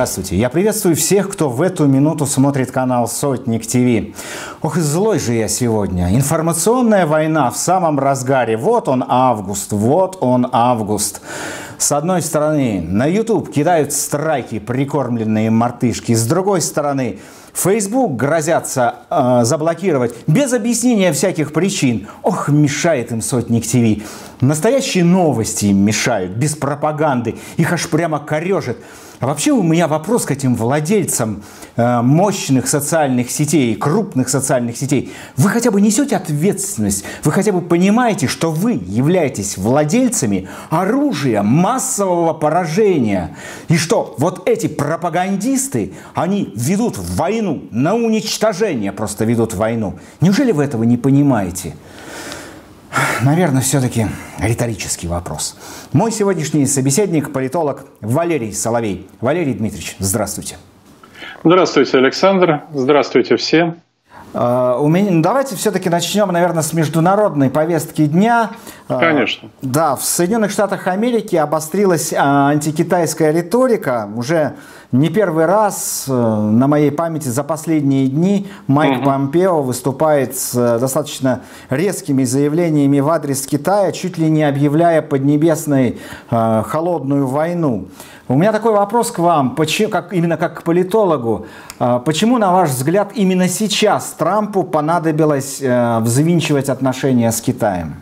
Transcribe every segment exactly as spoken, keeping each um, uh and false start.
Здравствуйте. Я приветствую всех, кто в эту минуту смотрит канал Сотник ТВ. Ох, и злой же я сегодня. Информационная война в самом разгаре. Вот он август, вот он август. С одной стороны, на YouTube кидают страйки прикормленные мартышки. С другой стороны, Facebook грозятся э, заблокировать без объяснения всяких причин. Ох, мешает им Сотник ТВ. Настоящие новости им мешают, без пропаганды. Их аж прямо корежит. А вообще у меня вопрос к этим владельцам э, мощных социальных сетей, крупных социальных сетей. Вы хотя бы несете ответственность? Вы хотя бы понимаете, что вы являетесь владельцами оружия массового поражения? И что вот эти пропагандисты, они ведут войну на уничтожение, просто ведут войну. Неужели вы этого не понимаете? Наверное, все-таки риторический вопрос. Мой сегодняшний собеседник – политолог Валерий Соловей. Валерий Дмитриевич, здравствуйте. Здравствуйте, Александр. Здравствуйте все. Uh, у меня, давайте все-таки начнем, наверное, с международной повестки дня. Конечно. Uh, да, в Соединенных Штатах Америки обострилась uh, антикитайская риторика. Уже не первый раз uh, на моей памяти за последние дни Майк угу. Помпео выступает с uh, достаточно резкими заявлениями в адрес Китая, чуть ли не объявляя поднебесной uh, холодную войну. У меня такой вопрос к вам, почему, как, именно как к политологу. Почему, на ваш взгляд, именно сейчас Трампу понадобилось э, взвинчивать отношения с Китаем?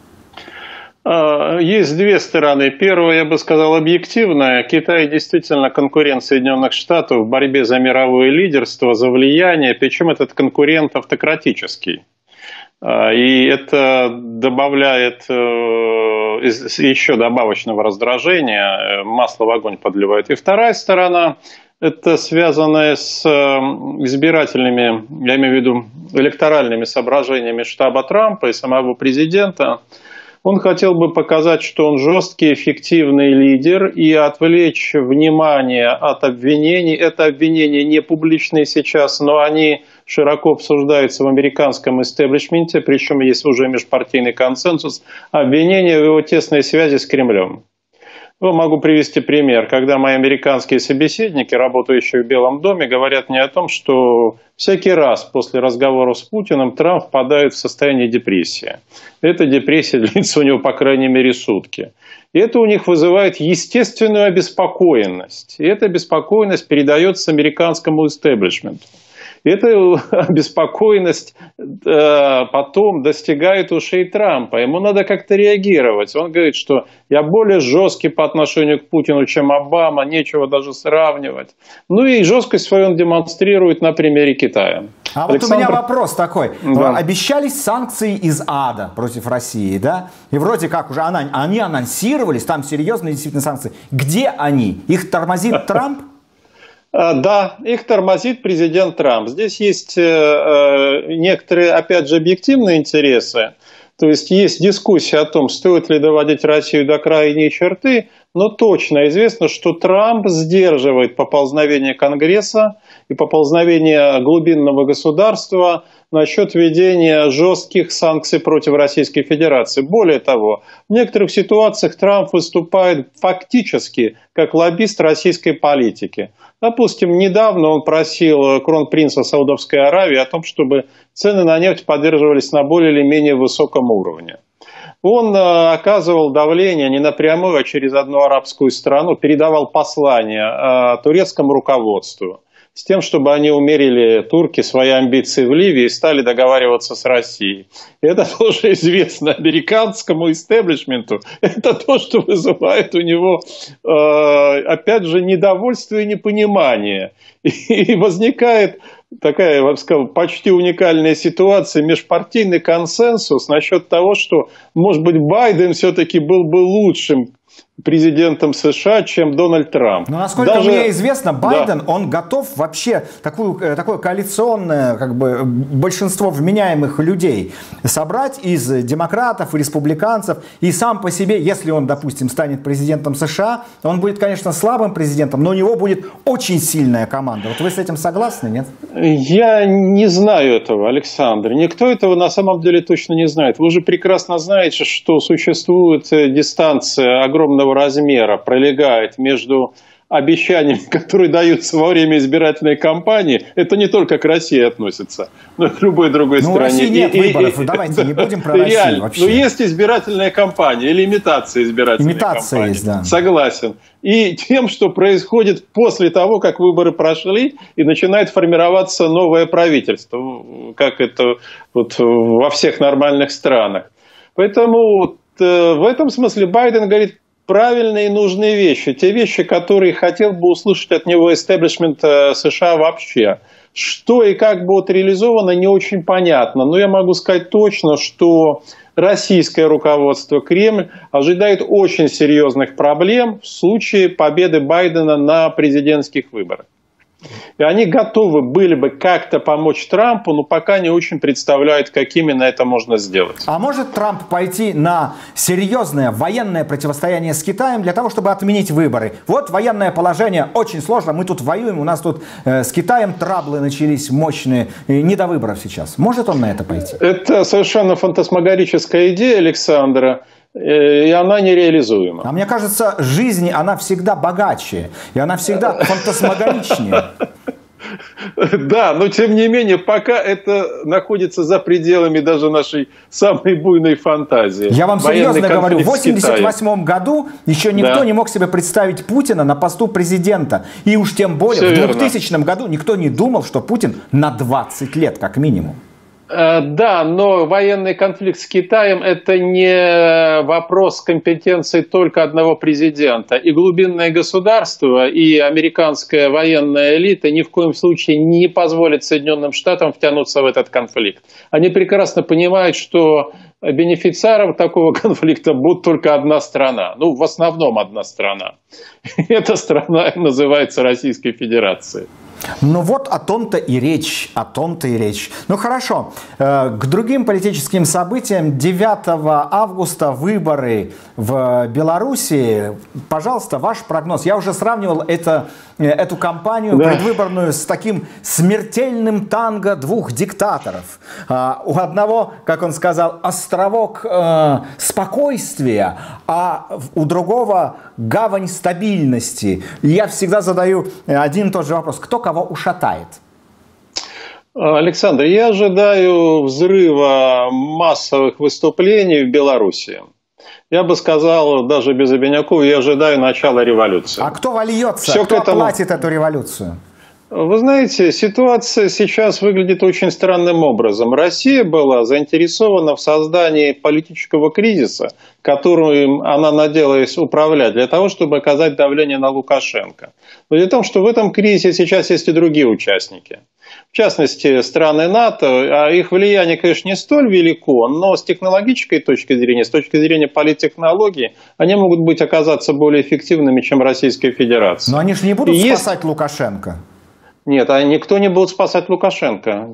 Есть две стороны. Первая, я бы сказал, объективная. Китай действительно конкурент Соединенных Штатов в борьбе за мировое лидерство, за влияние. Причем этот конкурент автократический. И это добавляет еще добавочного раздражения, масло в огонь подливает. И вторая сторона, это связанное с избирательными, я имею в виду электоральными соображениями штаба Трампа и самого президента. Он хотел бы показать, что он жесткий, эффективный лидер, и отвлечь внимание от обвинений. Это обвинения не публичные сейчас, но они широко обсуждаются в американском истеблишменте, причем есть уже межпартийный консенсус, обвинения в его тесной связи с Кремлем. Ну, могу привести пример. Когда мои американские собеседники, работающие в Белом доме, говорят мне о том, что всякий раз после разговоров с Путиным Трамп впадает в состояние депрессии. Эта депрессия длится у него, по крайней мере, сутки. И это у них вызывает естественную обеспокоенность. И эта обеспокоенность передается американскому истеблишменту. Эта обеспокоенность э, потом достигает ушей Трампа. Ему надо как-то реагировать. Он говорит, что я более жесткий по отношению к Путину, чем Обама, нечего даже сравнивать. Ну и жесткость свою он демонстрирует на примере Китая. А Александр... вот у меня вопрос такой. Да. Обещались санкции из ада против России, да? И вроде как уже они анонсировались, там серьезные действительно санкции. Где они? Их тормозит Трамп? Да, их тормозит президент Трамп. Здесь есть некоторые, опять же, объективные интересы. То есть есть дискуссия о том, стоит ли доводить Россию до крайней черты, но точно известно, что Трамп сдерживает поползновение Конгресса и поползновение глубинного государства насчет введения жестких санкций против Российской Федерации. Более того, в некоторых ситуациях Трамп выступает фактически как лоббист российской политики. Допустим, недавно он просил кронпринца Саудовской Аравии о том, чтобы цены на нефть поддерживались на более или менее высоком уровне. Он оказывал давление не напрямую, а через одну арабскую страну, передавал послание турецкому руководству с тем, чтобы они умерили, турки, свои амбиции в Ливии и стали договариваться с Россией. И это тоже известно американскому истеблишменту. Это то, что вызывает у него, опять же, недовольство и непонимание. И возникает такая, я бы сказал, почти уникальная ситуация, межпартийный консенсус насчет того, что, может быть, Байден все-таки был бы лучшим президентом США, чем Дональд Трамп. Но насколько Даже... мне известно, Байден, да. он готов вообще такую, такое коалиционное как бы, большинство вменяемых людей собрать из демократов и республиканцев, и сам по себе, если он, допустим, станет президентом США, он будет, конечно, слабым президентом, но у него будет очень сильная команда. Вот вы с этим согласны, нет? Я не знаю этого, Александр. Никто этого на самом деле точно не знает. Вы же прекрасно знаете, что существует дистанция огромного размера, пролегает между обещаниями, которые даются во время избирательной кампании, это не только к России относится, но и к любой другой ну, стране. У России нет и, выборов, и, давайте не будем про Россию реально. вообще. Но есть избирательная кампания или имитация избирательной Имитация кампании. есть, да. Согласен. И тем, что происходит после того, как выборы прошли, и начинает формироваться новое правительство, как это вот во всех нормальных странах. Поэтому вот, э, в этом смысле Байден говорит правильные и нужные вещи. Те вещи, которые хотел бы услышать от него истеблишмент США вообще. Что и как будет реализовано, не очень понятно. Но я могу сказать точно, что российское руководство, Кремль, ожидает очень серьезных проблем в случае победы Байдена на президентских выборах. И они готовы были бы как-то помочь Трампу, но пока не очень представляют, как именно это можно сделать. А может Трамп пойти на серьезное военное противостояние с Китаем для того, чтобы отменить выборы? Вот военное положение очень сложно, мы тут воюем, у нас тут э, с Китаем траблы начались мощные, не до выборов сейчас. Может он на это пойти? Это совершенно фантасмагорическая идея Александра. И она нереализуема. А мне кажется, жизнь, она всегда богаче, и она всегда фантасмагоричнее. Да, но тем не менее, пока это находится за пределами даже нашей самой буйной фантазии. Я вам серьезно говорю, в восемьдесят восьмом году еще никто да. не мог себе представить Путина на посту президента. И уж тем более Все в двухтысячном году никто не думал, что Путин на двадцать лет как минимум. Да, но военный конфликт с Китаем – это не вопрос компетенции только одного президента. И глубинное государство, и американская военная элита ни в коем случае не позволят Соединенным Штатам втянуться в этот конфликт. Они прекрасно понимают, что бенефициаром такого конфликта будет только одна страна. Ну, в основном одна страна. Эта страна называется Российской Федерацией. Ну вот о том-то и речь, о том-то и речь. Ну хорошо, к другим политическим событиям. девятого августа выборы в Белоруссии. Пожалуйста, ваш прогноз. Я уже сравнивал это, эту кампанию да. предвыборную с таким смертельным танго двух диктаторов. У одного, как он сказал, островок э, спокойствия, а у другого гавань стабильности. Я всегда задаю один и тот же вопрос. Кто кого ушатает? Александр, я ожидаю взрыва массовых выступлений в Беларуси. Я бы сказал, даже без обиняков, я ожидаю начала революции. А кто вольется? Все кто этому... платит эту революцию? Вы знаете, ситуация сейчас выглядит очень странным образом. Россия была заинтересована в создании политического кризиса, которым она надеялась управлять, для того, чтобы оказать давление на Лукашенко. Но дело в том, что в этом кризисе сейчас есть и другие участники. В частности, страны НАТО, а их влияние, конечно, не столь велико, но с технологической точки зрения, с точки зрения политтехнологии, они могут быть оказаться более эффективными, чем Российская Федерация. Но они же не будут и спасать есть... Лукашенко. Нет, а никто не будет спасать Лукашенко.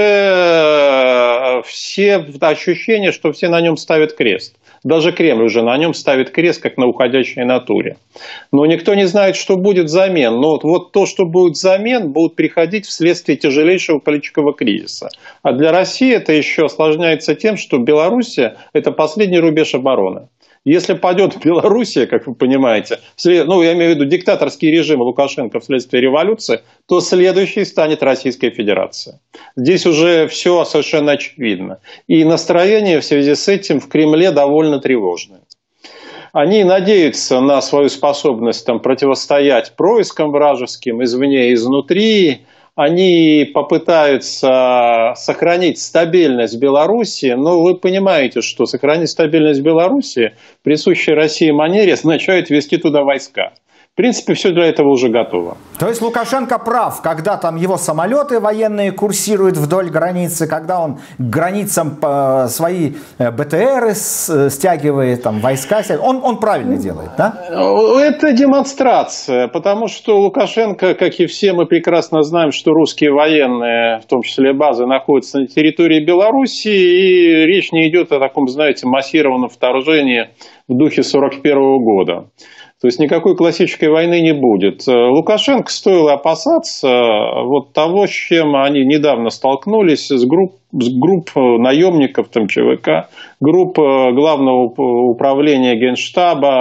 Уже все ощущения, что все на нем ставят крест. Даже Кремль уже на нем ставит крест, как на уходящей натуре. Но никто не знает, что будет взамен. Но вот, вот то, что будет взамен, будет приходить вследствие тяжелейшего политического кризиса. А для России это еще осложняется тем, что Белоруссия – это последний рубеж обороны. Если падет Белоруссия, как вы понимаете, вслед, ну, я имею в виду диктаторский режим Лукашенко вследствие революции, то следующей станет Российская Федерация. Здесь уже все совершенно очевидно. И настроение в связи с этим в Кремле довольно тревожное. Они надеются на свою способность там, противостоять проискам вражеским извне и изнутри. Они попытаются сохранить стабильность в Беларуси, но вы понимаете, что сохранить стабильность в Беларуси в присущей России манере означает ввести туда войска. В принципе, все для этого уже готово. То есть Лукашенко прав, когда там его самолеты военные курсируют вдоль границы, когда он к границам свои БТРы стягивает, там, войска, он, он правильно делает, да? Это демонстрация, потому что Лукашенко, как и все, мы прекрасно знаем, что русские военные, в том числе базы, находятся на территории Беларуси, и речь не идет о таком, знаете, массированном вторжении в духе сорок первого года. То есть никакой классической войны не будет. Лукашенко стоило опасаться вот того, с чем они недавно столкнулись, с групп, с групп наемников там, ЧВК, групп Главного управления Генштаба,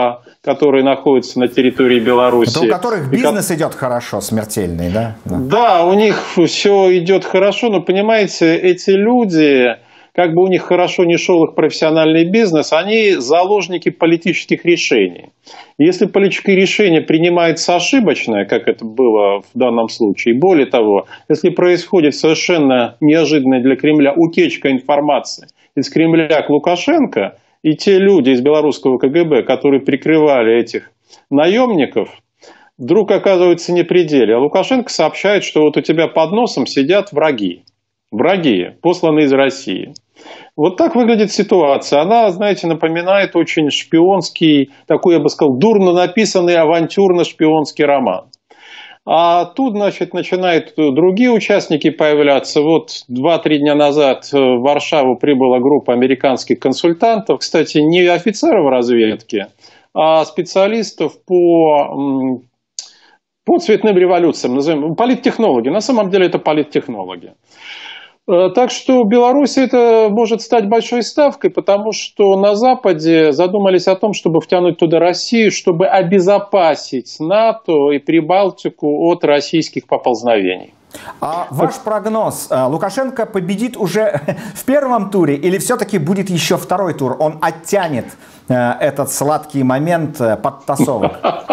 которые находятся на территории Беларуси. Это у которых бизнес идет хорошо, смертельный, да? Да, да, у них все идет хорошо, но, понимаете, эти люди, как бы у них хорошо не шел их профессиональный бизнес, они заложники политических решений. Если политическое решение принимается ошибочное, как это было в данном случае, более того, если происходит совершенно неожиданная для Кремля утечка информации из Кремля к Лукашенко, и те люди из белорусского ка гэ бэ, которые прикрывали этих наемников, вдруг оказываются не при деле. А Лукашенко сообщает, что вот у тебя под носом сидят враги. Враги, посланные из России. Вот так выглядит ситуация. Она, знаете, напоминает очень шпионский, такой, я бы сказал, дурно написанный авантюрно-шпионский роман. А тут, значит, начинают другие участники появляться. Вот два-три дня назад в Варшаву прибыла группа американских консультантов. Кстати, не офицеров разведки, а специалистов по, по цветным революциям. Назовем, политтехнологи. На самом деле это политтехнологи. Так что Беларусь это может стать большой ставкой, потому что на Западе задумались о том, чтобы втянуть туда Россию, чтобы обезопасить НАТО и Прибалтику от российских поползновений. А ваш прогноз, Лукашенко победит уже в первом туре или все-таки будет еще второй тур? Он оттянет этот сладкий момент подтасовок?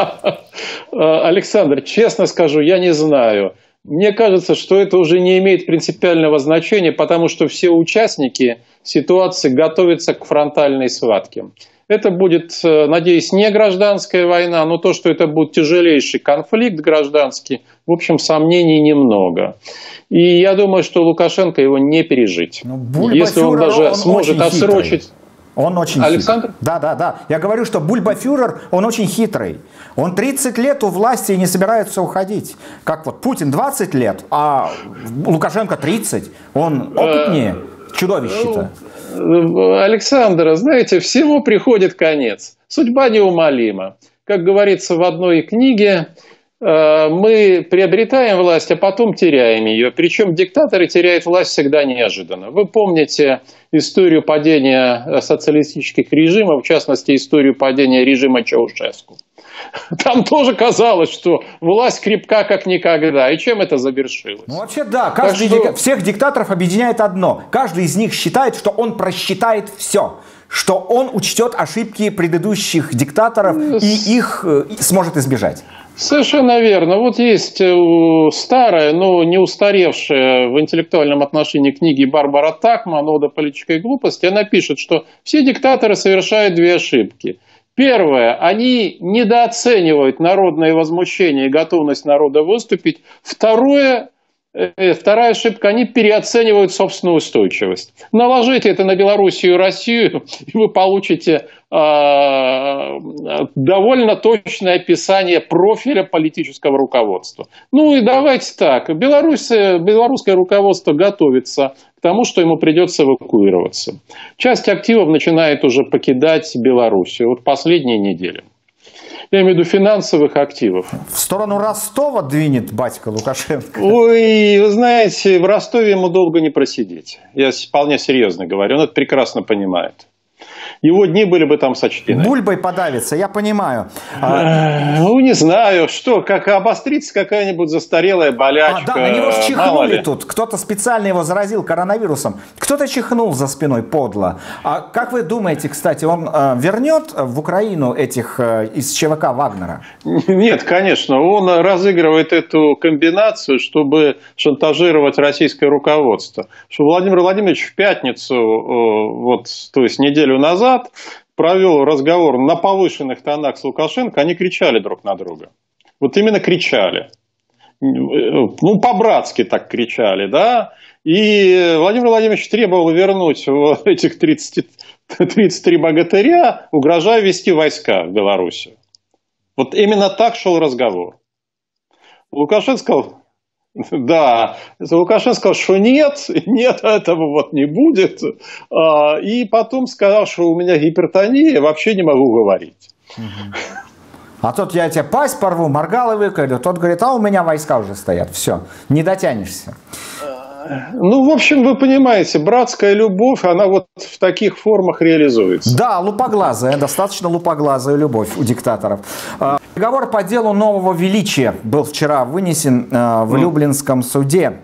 Александр, честно скажу, я не знаю. Мне кажется, что это уже не имеет принципиального значения, потому что все участники ситуации готовятся к фронтальной схватке. Это будет, надеюсь, не гражданская война, но то, что это будет тяжелейший конфликт гражданский, в общем, сомнений немного. И я думаю, что Лукашенко его не пережить. Ну, если он даже он сможет отсрочить... Хитрый. Он очень Александр? хитрый. Да, да, да. Я говорю, что бульбафюрер, он очень хитрый. Он тридцать лет у власти и не собирается уходить. Как вот Путин двадцать лет, а Лукашенко тридцать. Он опытнее чудовище-то. Александр, знаете, всему приходит конец. Судьба неумолима. Как говорится в одной книге, мы приобретаем власть, а потом теряем ее. Причем диктаторы теряют власть всегда неожиданно. Вы помните историю падения социалистических режимов, в частности, историю падения режима Чаушеску. Там тоже казалось, что власть крепка как никогда. И чем это завершилось? Ну, вообще, да. Каждый что... дик... Всех диктаторов объединяет одно. Каждый из них считает, что он просчитает все. Что он учтет ошибки предыдущих диктаторов и их сможет избежать. Совершенно верно. Вот есть старая, но не устаревшая в интеллектуальном отношении книги Барбара Такман «Ода политической глупости». Она пишет, что все диктаторы совершают две ошибки. Первое, они недооценивают народное возмущение и готовность народа выступить. Второе, Вторая ошибка, они переоценивают собственную устойчивость. Наложите это на Белоруссию и Россию, и вы получите э, довольно точное описание профиля политического руководства. Ну и давайте так, Беларусь, белорусское руководство готовится к тому, что ему придется эвакуироваться. Часть активов начинает уже покидать Белоруссию. Вот последние недели. Я имею в виду финансовых активов. В сторону Ростова двинет батька Лукашенко. Ой, вы знаете, в Ростове ему долго не просидеть. Я вполне серьезно говорю, он это прекрасно понимает. Его дни были бы там сочтены. Бульбой подавится, я понимаю. Ну, не знаю, что, как обострится какая-нибудь застарелая болячка. А, да, на него же чихнули тут. Кто-то специально его заразил коронавирусом. Кто-то чихнул за спиной подло. А как вы думаете, кстати, он э, вернет в Украину этих э, из ЧВК Вагнера? Нет, конечно. Он разыгрывает эту комбинацию, чтобы шантажировать российское руководство. Что Владимир Владимирович в пятницу, э, вот, то есть неделю назад, провел разговор на повышенных тонах с Лукашенко, они кричали друг на друга. Вот именно кричали. Ну, по-братски так кричали, да. И Владимир Владимирович требовал вернуть этих тридцать, тридцать три богатыря, угрожая ввести войска в Белоруссию. Вот именно так шел разговор. Лукашенко сказал... Да, Лукашенко сказал, что нет, нет, этого вот не будет. И потом сказал, что у меня гипертония, вообще не могу говорить. А тот я тебе пасть порву, моргал и выколю. Тот говорит, а у меня войска уже стоят, все, не дотянешься. Ну, в общем, вы понимаете, братская любовь, она вот в таких формах реализуется. Да, лупоглазая, достаточно лупоглазая любовь у диктаторов. Приговор по делу нового величия был вчера вынесен в Люблинском суде.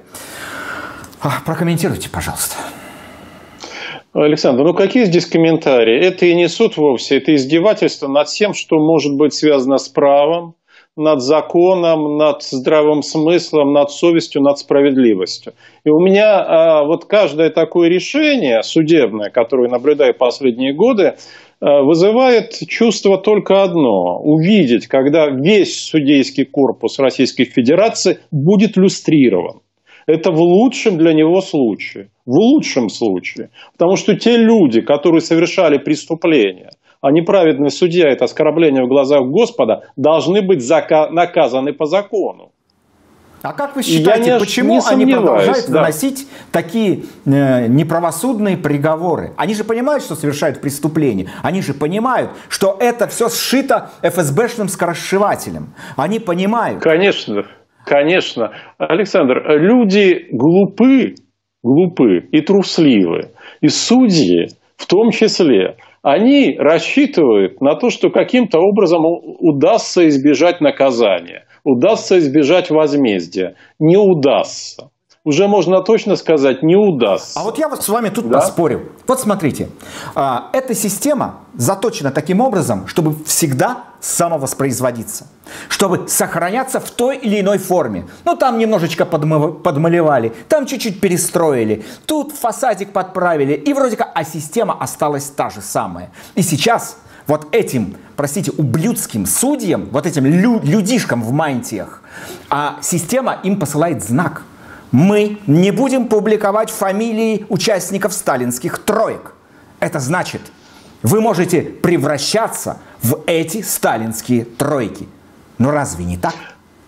Прокомментируйте, пожалуйста. Александр, ну какие здесь комментарии? Это и не суд вовсе, это издевательство над всем, что может быть связано с правом, над законом, над здравым смыслом, над совестью, над справедливостью. И у меня а, вот каждое такое решение судебное, которое я наблюдаю последние годы, а, вызывает чувство только одно – увидеть, когда весь судейский корпус Российской Федерации будет люстрирован. Это в лучшем для него случае. В лучшем случае. Потому что те люди, которые совершали преступления, а неправедный судья – это оскорбление в глазах Господа, должны быть наказаны по закону. А как вы считаете, не, почему не они продолжают да. выносить такие э, неправосудные приговоры? Они же понимают, что совершают преступление. Они же понимают, что это все сшито эф эс бэшным скоросшивателем. Они понимают. Конечно. Конечно. Александр, люди глупы, глупы и трусливы. И судьи в том числе, они рассчитывают на то, что каким-то образом удастся избежать наказания, удастся избежать возмездия. Не удастся. Уже можно точно сказать, не удастся. А вот я вот с вами тут да? поспорю. Вот смотрите, эта система заточена таким образом, чтобы всегда самовоспроизводиться, чтобы сохраняться в той или иной форме. Ну, там немножечко подмалевали, там чуть-чуть перестроили, тут фасадик подправили, и вроде как, а система осталась та же самая. И сейчас вот этим, простите, ублюдским судьям, вот этим лю людишкам в мантиях, а система им посылает знак. Мы не будем публиковать фамилии участников сталинских троек. Это значит, вы можете превращаться в эти сталинские тройки. Но разве не так?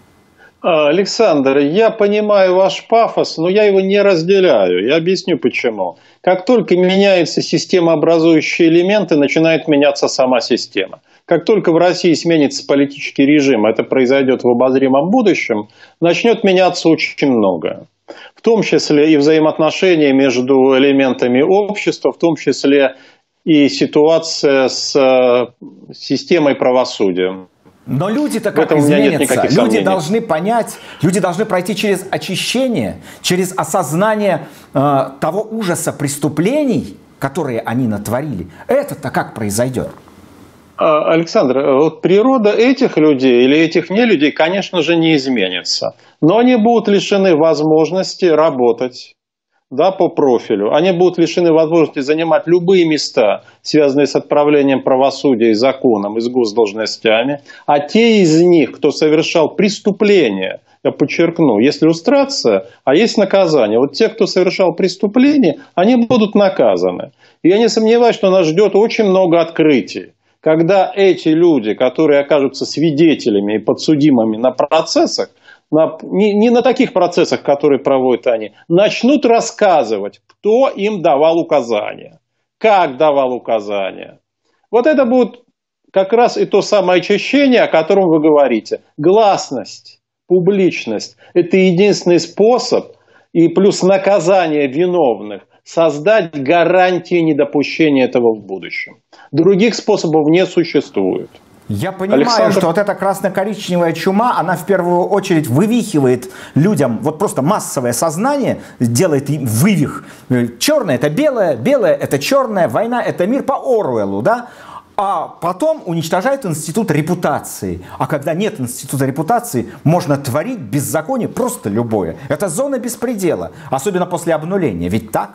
Александр, я понимаю ваш пафос, но я его не разделяю. Я объясню почему. Как только меняются системообразующие элементы, начинает меняться сама система. Как только в России сменится политический режим, это произойдет в обозримом будущем, начнет меняться очень многое. В том числе и взаимоотношения между элементами общества, в том числе и ситуация с системой правосудия. Но люди-то как изменятся? Люди должны понять, люди должны пройти через очищение, через осознание э, того ужаса преступлений, которые они натворили. Это-то как произойдет? Александр, вот природа этих людей или этих нелюдей, конечно же, не изменится. Но они будут лишены возможности работать, да, по профилю. Они будут лишены возможности занимать любые места, связанные с отправлением правосудия и законом, и с госдолжностями. А те из них, кто совершал преступления, я подчеркну, есть люстрация, а есть наказание. Вот те, кто совершал преступления, они будут наказаны. И я не сомневаюсь, что нас ждет очень много открытий. Когда эти люди, которые окажутся свидетелями и подсудимыми на процессах, на, не, не на таких процессах, которые проводят они, начнут рассказывать, кто им давал указания, как давал указания. Вот это будет как раз и то самое очищение, о котором вы говорите. Гласность, публичность – это единственный способ, и плюс наказание виновных, создать гарантии недопущения этого в будущем. Других способов не существует. Я понимаю, Александр... что вот эта красно-коричневая чума, она в первую очередь вывихивает людям, вот просто массовое сознание делает им вывих. Черное – это белое, белое – это черное, война – это мир по Оруэллу, да? А потом уничтожает институт репутации. А когда нет института репутации, можно творить беззаконие просто любое. Это зона беспредела, особенно после обнуления. Ведь так?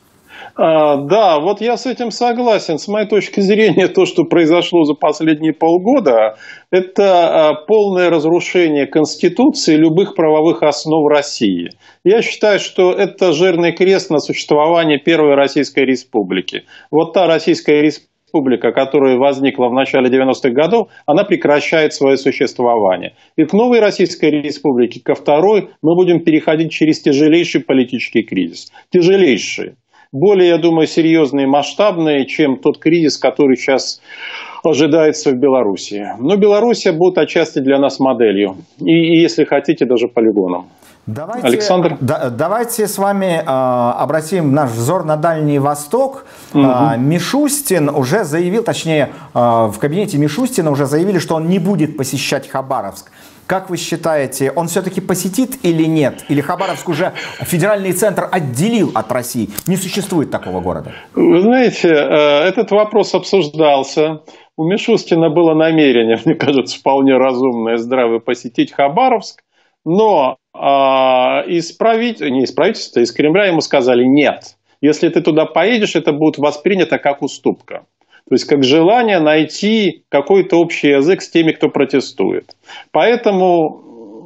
А, да, вот я с этим согласен. С моей точки зрения, то, что произошло за последние полгода, это а, полное разрушение Конституции и любых правовых основ России. Я считаю, что это жирный крест на существование Первой Российской Республики. Вот та Российская Республика, которая возникла в начале девяностых годов, она прекращает свое существование. И к новой Российской Республике, ко второй, мы будем переходить через тяжелейший политический кризис. Тяжелейший. Более, я думаю, серьезные и масштабные, чем тот кризис, который сейчас ожидается в Беларуси. Но Белоруссия будет отчасти для нас моделью. И, и если хотите, даже полигоном. Давайте, Александр? Да, давайте с вами э, обратим наш взор на Дальний Восток. Угу. Э, Мишустин уже заявил, точнее, э, в кабинете Мишустина уже заявили, что он не будет посещать Хабаровск. Как вы считаете, он все-таки посетит или нет? Или Хабаровск уже федеральный центр отделил от России? Не существует такого города. Вы знаете, этот вопрос обсуждался. У Мишустина было намерение, мне кажется, вполне разумное и здравое посетить Хабаровск. Но из правительства, не из правительства, из Кремля ему сказали нет. Если ты туда поедешь, это будет воспринято как уступка. То есть как желание найти какой-то общий язык с теми, кто протестует. Поэтому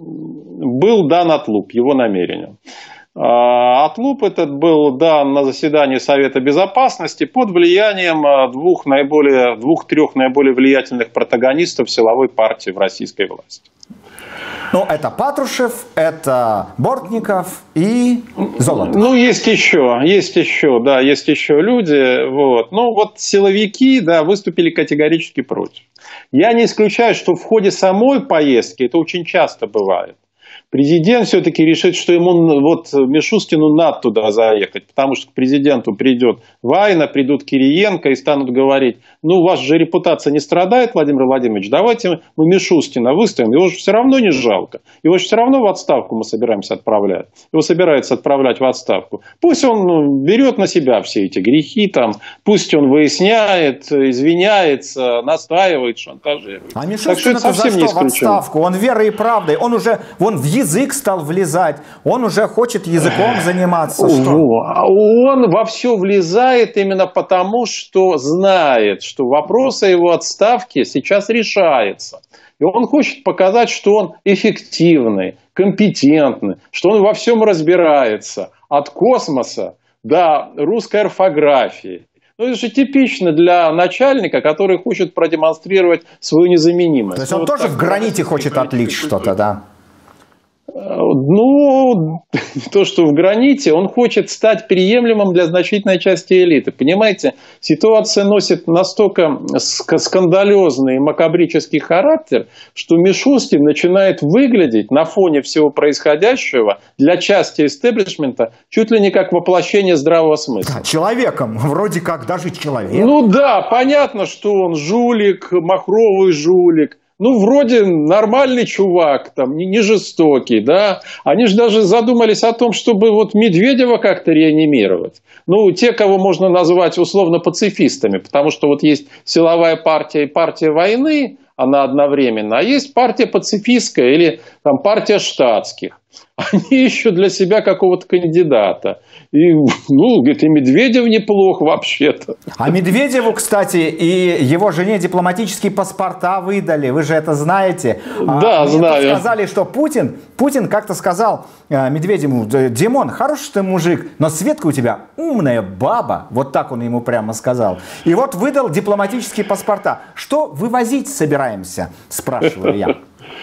был дан отлуп его намерению. Отлуп этот был дан на заседании Совета Безопасности под влиянием двух наиболее, двух-трех наиболее влиятельных протагонистов силовой партии в российской власти. Ну, это Патрушев, это Бортников и Золотов. Ну, есть еще, есть еще, да, есть еще люди. Вот. Ну, вот силовики, да, выступили категорически против. Я не исключаю, что в ходе самой поездки, это очень часто бывает, президент все-таки решит, что ему, вот Мишустину надо туда заехать, потому что к президенту придет Вайна, придут Кириенко и станут говорить, ну, ваша же репутация не страдает, Владимир Владимирович, давайте мы Мишустина выставим, его же все равно не жалко, его же все равно в отставку мы собираемся отправлять, его собираются отправлять в отставку. Пусть он берет на себя все эти грехи, там, пусть он выясняет, извиняется, настаивает, шантажирует. А Мишустин-то за что в отставку? Он верой и правдой, он уже, вон в язык стал влезать, он уже хочет языком заниматься. Что? Он во все влезает именно потому, что знает, что вопрос о его отставке сейчас решается. И он хочет показать, что он эффективный, компетентный, что он во всем разбирается. От космоса до русской орфографии. Ну, это же типично для начальника, который хочет продемонстрировать свою незаменимость. То есть ну, он вот тоже в граните хочет отлить что-то, да? Ну, то, что в граните, он хочет стать приемлемым для значительной части элиты. Понимаете, ситуация носит настолько скандалезный и макабрический характер, что Мишустин начинает выглядеть на фоне всего происходящего для части истеблишмента чуть ли не как воплощение здравого смысла. Да, человеком, вроде как даже человек. Ну да, понятно, что он жулик, махровый жулик. Ну, вроде нормальный чувак, там, не, не жестокий, да. Они же даже задумались о том, чтобы вот Медведева как-то реанимировать. Ну, те, кого можно назвать условно пацифистами, потому что вот есть силовая партия и партия войны, она одновременно, а есть партия пацифистская или там партия штатских. Они ищут для себя какого-то кандидата. И, ну, говорит, и Медведев неплох вообще-то. А Медведеву, кстати, и его жене дипломатические паспорта выдали. Вы же это знаете. Да, а знаю. Сказали, что Путин, Путин как-то сказал Медведеву: Димон, хороший ты мужик, но Светка у тебя умная баба. Вот так он ему прямо сказал. И вот выдал дипломатические паспорта. Что вывозить собираемся, спрашиваю я.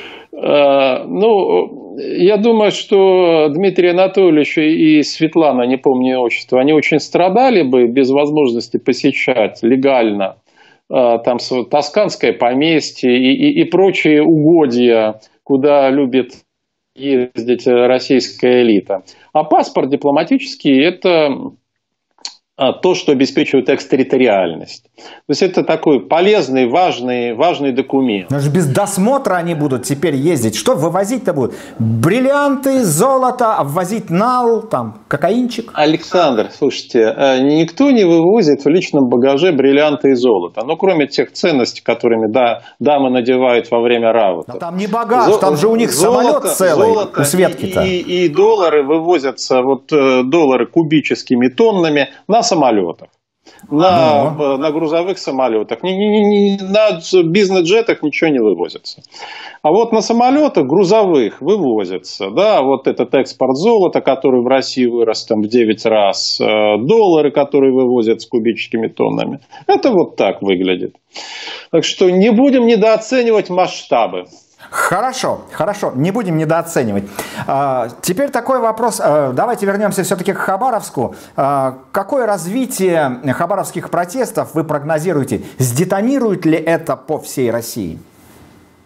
Ну, я думаю, что Дмитрий Анатольевич и Светлана, не помню отчество, они очень страдали бы без возможности посещать легально там тосканское поместье и, и, и прочие угодья, куда любит ездить российская элита. А паспорт дипломатический – это то, что обеспечивает экстерриториальность. То есть это такой полезный, важный, важный документ. Но же без досмотра они будут теперь ездить. Что вывозить-то будут? Бриллианты, золото, обвозить нал, там, кокаинчик? Александр, слушайте, никто не вывозит в личном багаже бриллианты и золото. Ну, кроме тех ценностей, которыми да, дамы надевают во время раута. Но там не багаж, Зо- там же у них золото, самолет целый, золото у Светки-то. И, и, и доллары вывозятся, вот доллары кубическими тоннами на самолетах, на, ага. на грузовых самолетах, ни, ни, ни, на бизнес-джетах ничего не вывозится. А вот на самолетах грузовых вывозится, да, вот этот экспорт золота, который в России вырос там в девять раз, доллары, которые вывозят с кубическими тоннами. Это вот так выглядит. Так что не будем недооценивать масштабы. Хорошо, хорошо, не будем недооценивать. А, теперь такой вопрос, а, давайте вернемся все-таки к Хабаровску. А, какое развитие хабаровских протестов вы прогнозируете? Сдетонирует ли это по всей России?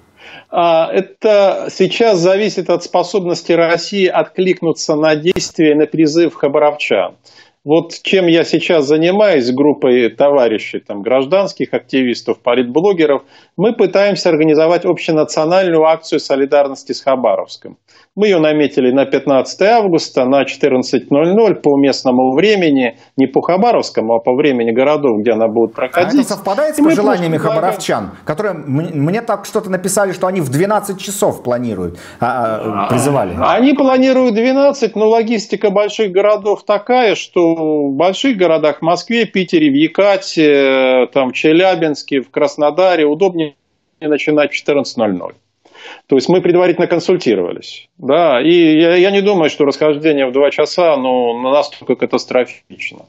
Это сейчас зависит от способности России откликнуться на действия, на призыв хабаровчан. Вот чем я сейчас занимаюсь группой товарищей, там, гражданских активистов, политблогеров, мы пытаемся организовать общенациональную акцию солидарности с Хабаровском. Мы ее наметили на пятнадцатое августа на четырнадцать ноль ноль по местному времени, не по Хабаровскому, а по времени городов, где она будет проходить. А это совпадает с пожеланиями хабаровчан, которые мне так что-то написали, что они в двенадцать часов планируют, а, призывали? Они планируют двенадцать, но логистика больших городов такая, что в больших городах, в Москве, Питере, в Екате, там, в Челябинске, в Краснодаре удобнее начинать в четырнадцать ноль ноль. То есть мы предварительно консультировались. Да, и я, я не думаю, что расхождение в два часа ну, настолько катастрофично.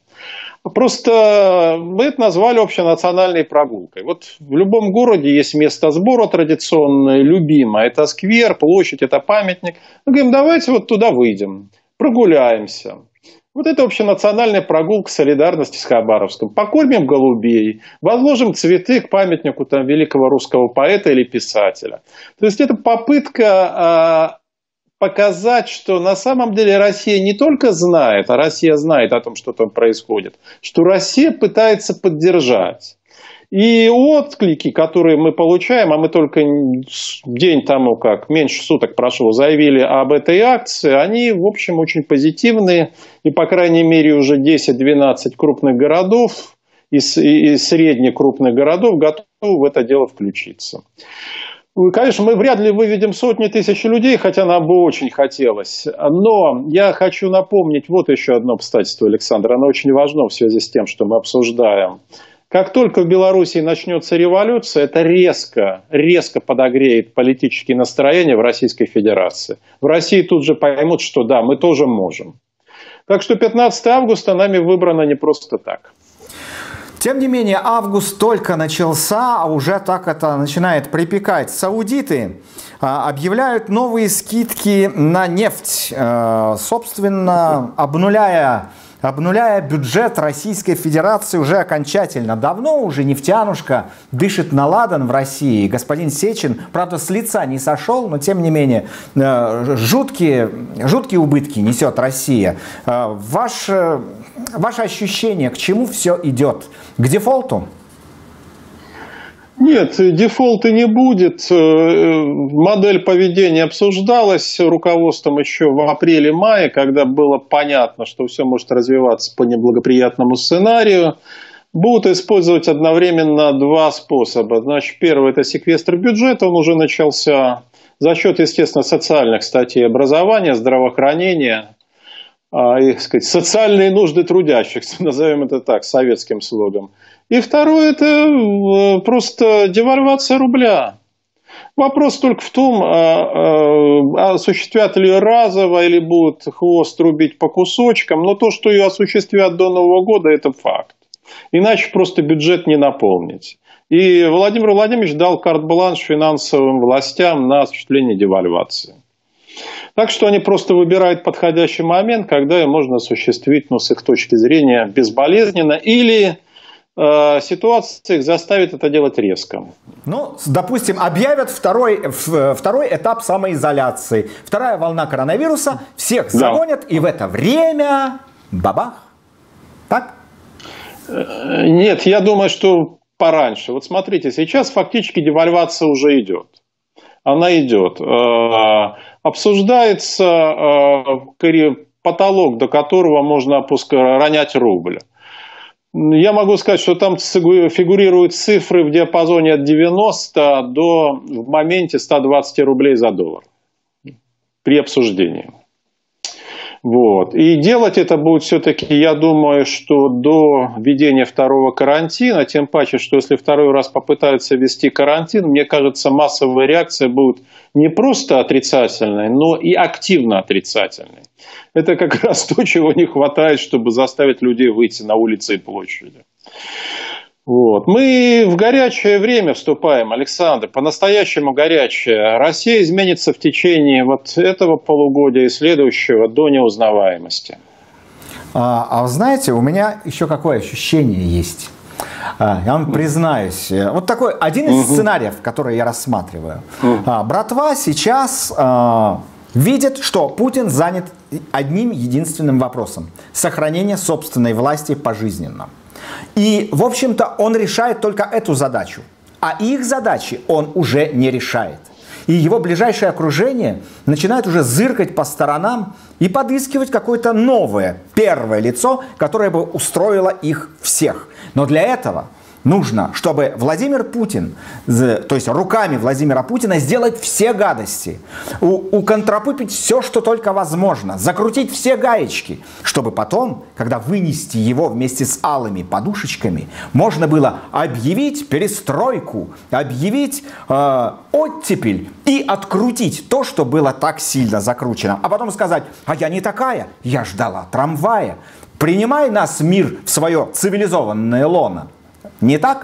Просто мы это назвали общенациональной прогулкой. Вот в любом городе есть место сбора традиционное, любимое. Это сквер, площадь, это памятник. Мы говорим, давайте вот туда выйдем, прогуляемся. Вот это общенациональная прогулка солидарности с Хабаровском. Покормим голубей, возложим цветы к памятнику там, великого русского поэта или писателя. То есть это попытка э, показать, что на самом деле Россия не только знает, а Россия знает о том, что там происходит, что Россия пытается поддержать. И отклики, которые мы получаем, а мы только день тому, как меньше суток прошло, заявили об этой акции, они, в общем, очень позитивные. И, по крайней мере, уже десять-двенадцать крупных городов и, и средних крупных городов готовы в это дело включиться. Конечно, мы вряд ли выведем сотни тысяч людей, хотя нам бы очень хотелось. Но я хочу напомнить вот еще одно обстоятельство, Александр. Оно очень важно в связи с тем, что мы обсуждаем. Как только в Беларуси начнется революция, это резко, резко подогреет политические настроения в Российской Федерации. В России тут же поймут, что да, мы тоже можем. Так что пятнадцатое августа нами выбрано не просто так. Тем не менее, август только начался, а уже так это начинает припекать. Саудиты объявляют новые скидки на нефть, собственно, обнуляя... обнуляя бюджет Российской Федерации уже окончательно. Давно уже нефтянушка дышит на ладан в России. Господин Сечин, правда, с лица не сошел, но тем не менее жуткие, жуткие убытки несет Россия. Ваше, ваше ощущение, к чему все идет? К дефолту? Нет, дефолта не будет. Модель поведения обсуждалась руководством еще в апреле-мае, когда было понятно, что все может развиваться по неблагоприятному сценарию. Будут использовать одновременно два способа. Значит, первый – это секвестр бюджета, он уже начался за счет, естественно, социальных статей образования, здравоохранения и, так сказать, социальные нужды трудящихся, назовем это так, советским слогом. И второе – это просто девальвация рубля. Вопрос только в том, осуществят ли разово или будут хвост рубить по кусочкам. Но то, что ее осуществят до Нового года, это факт. Иначе просто бюджет не наполнить. И Владимир Владимирович дал карт-бланш финансовым властям на осуществление девальвации. Так что они просто выбирают подходящий момент, когда ее можно осуществить, ну, с их точки зрения, безболезненно или... ситуация их заставит это делать резко. Ну, допустим, объявят второй, второй этап самоизоляции. Вторая волна коронавируса, всех загонят, да. И в это время бабах. Так? Нет, я думаю, что пораньше. Вот смотрите, сейчас фактически девальвация уже идет. Она идет. Обсуждается потолок, до которого можно ронять рубль. Я могу сказать, что там фигурируют цифры в диапазоне от девяноста до в моменте ста двадцати рублей за доллар при обсуждении. Вот. И делать это будет все-таки, я думаю, что до введения второго карантина, тем паче, что если второй раз попытаются ввести карантин, мне кажется, массовая реакция будет не просто отрицательной, но и активно отрицательной. Это как раз то, чего не хватает, чтобы заставить людей выйти на улицы и площади. Вот. Мы в горячее время вступаем, Александр, по-настоящему горячее. Россия изменится в течение вот этого полугодия и следующего до неузнаваемости. А, а знаете, у меня еще какое ощущение есть. Я вам признаюсь, вот такой один из угу. сценариев, который я рассматриваю. Угу. Братва сейчас а, видит, что Путин занят одним единственным вопросом – сохранение собственной власти пожизненно. И, в общем-то, он решает только эту задачу. А их задачи он уже не решает. И его ближайшее окружение начинает уже зыркать по сторонам и подыскивать какое-то новое, первое лицо, которое бы устроило их всех. Но для этого нужно, чтобы Владимир Путин, то есть руками Владимира Путина, сделать все гадости, уконтропыпить все, что только возможно, закрутить все гаечки, чтобы потом, когда вынести его вместе с алыми подушечками, можно было объявить перестройку, объявить э, оттепель и открутить то, что было так сильно закручено. А потом сказать: а я не такая, я ждала трамвая. Принимай нас, мир, в свое цивилизованное лоно. Не так?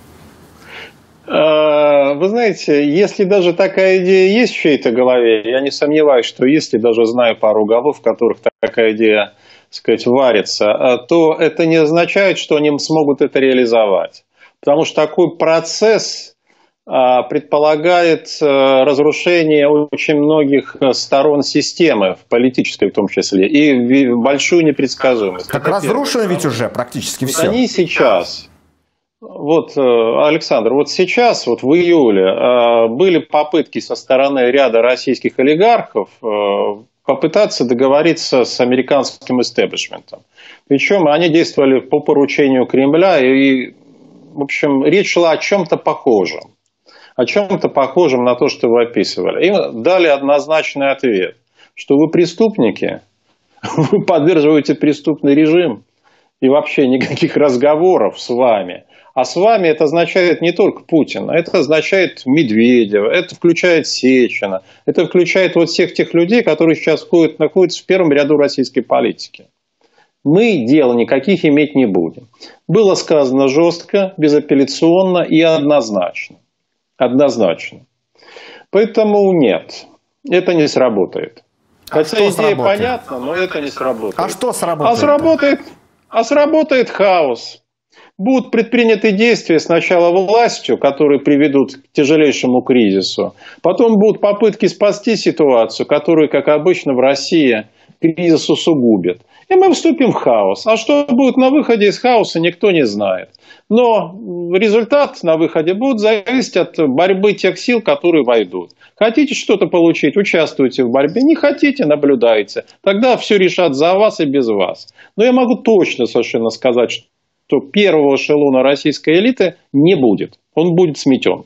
Вы знаете, если даже такая идея есть в чьей-то голове, я не сомневаюсь, что если даже знаю пару голов, в которых такая идея, так сказать, варится, то это не означает, что они смогут это реализовать. Потому что такой процесс предполагает разрушение очень многих сторон системы, в политической в том числе, и большую непредсказуемость. Так разрушено ведь уже практически все. Они сейчас... Вот, Александр, вот сейчас, вот в июле, были попытки со стороны ряда российских олигархов попытаться договориться с американским истеблишментом. Причем они действовали по поручению Кремля, и, в общем, речь шла о чем-то похожем. О чем-то похожем на то, что вы описывали. Им дали однозначный ответ, что вы преступники, вы поддерживаете преступный режим, и вообще никаких разговоров с вами. А с вами это означает не только Путина, это означает Медведева, это включает Сечина, это включает вот всех тех людей, которые сейчас ходят, находятся в первом ряду российской политики. Мы дел никаких иметь не будем. Было сказано жестко, безапелляционно и однозначно. Однозначно. Поэтому нет, это не сработает. А Хотя идея сработает? Понятна, но это не сработает. А что сработает? А сработает, а сработает хаос. Будут предприняты действия сначала властью, которые приведут к тяжелейшему кризису. Потом будут попытки спасти ситуацию, которую, как обычно, в России кризис усугубит. И мы вступим в хаос. А что будет на выходе из хаоса, никто не знает. Но результат на выходе будет зависеть от борьбы тех сил, которые войдут. Хотите что-то получить, участвуйте в борьбе. Не хотите, наблюдайте. Тогда все решат за вас и без вас. Но я могу точно совершенно сказать, что что первого эшелона российской элиты не будет. Он будет сметен.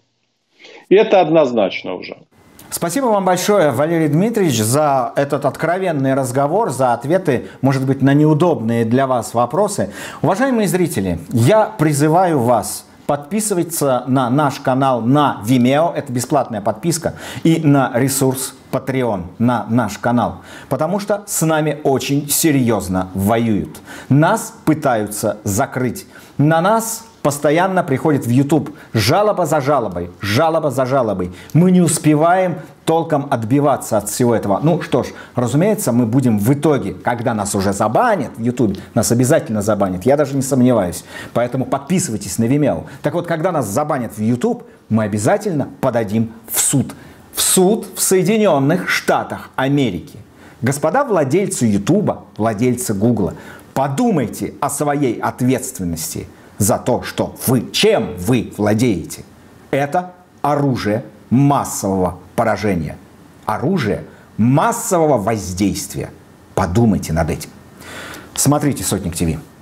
И это однозначно уже. Спасибо вам большое, Валерий Дмитриевич, за этот откровенный разговор, за ответы, может быть, на неудобные для вас вопросы. Уважаемые зрители, я призываю вас подписываться на наш канал на Vimeo, это бесплатная подписка, и на ресурс Patreon, на наш канал, потому что с нами очень серьезно воюют. Нас пытаются закрыть, на нас постоянно приходит в YouTube жалоба за жалобой, жалоба за жалобой. Мы не успеваем толком отбиваться от всего этого. Ну что ж, разумеется, мы будем в итоге, когда нас уже забанят в YouTube, нас обязательно забанят, я даже не сомневаюсь. Поэтому подписывайтесь на Vimeo. Так вот, когда нас забанят в YouTube, мы обязательно подадим в суд. В суд в Соединенных Штатах Америки. Господа владельцы YouTube, владельцы Google, подумайте о своей ответственности за то, что вы, чем вы владеете. Это оружие массового поражения. Оружие массового воздействия. Подумайте над этим. Смотрите Сотник ТВ.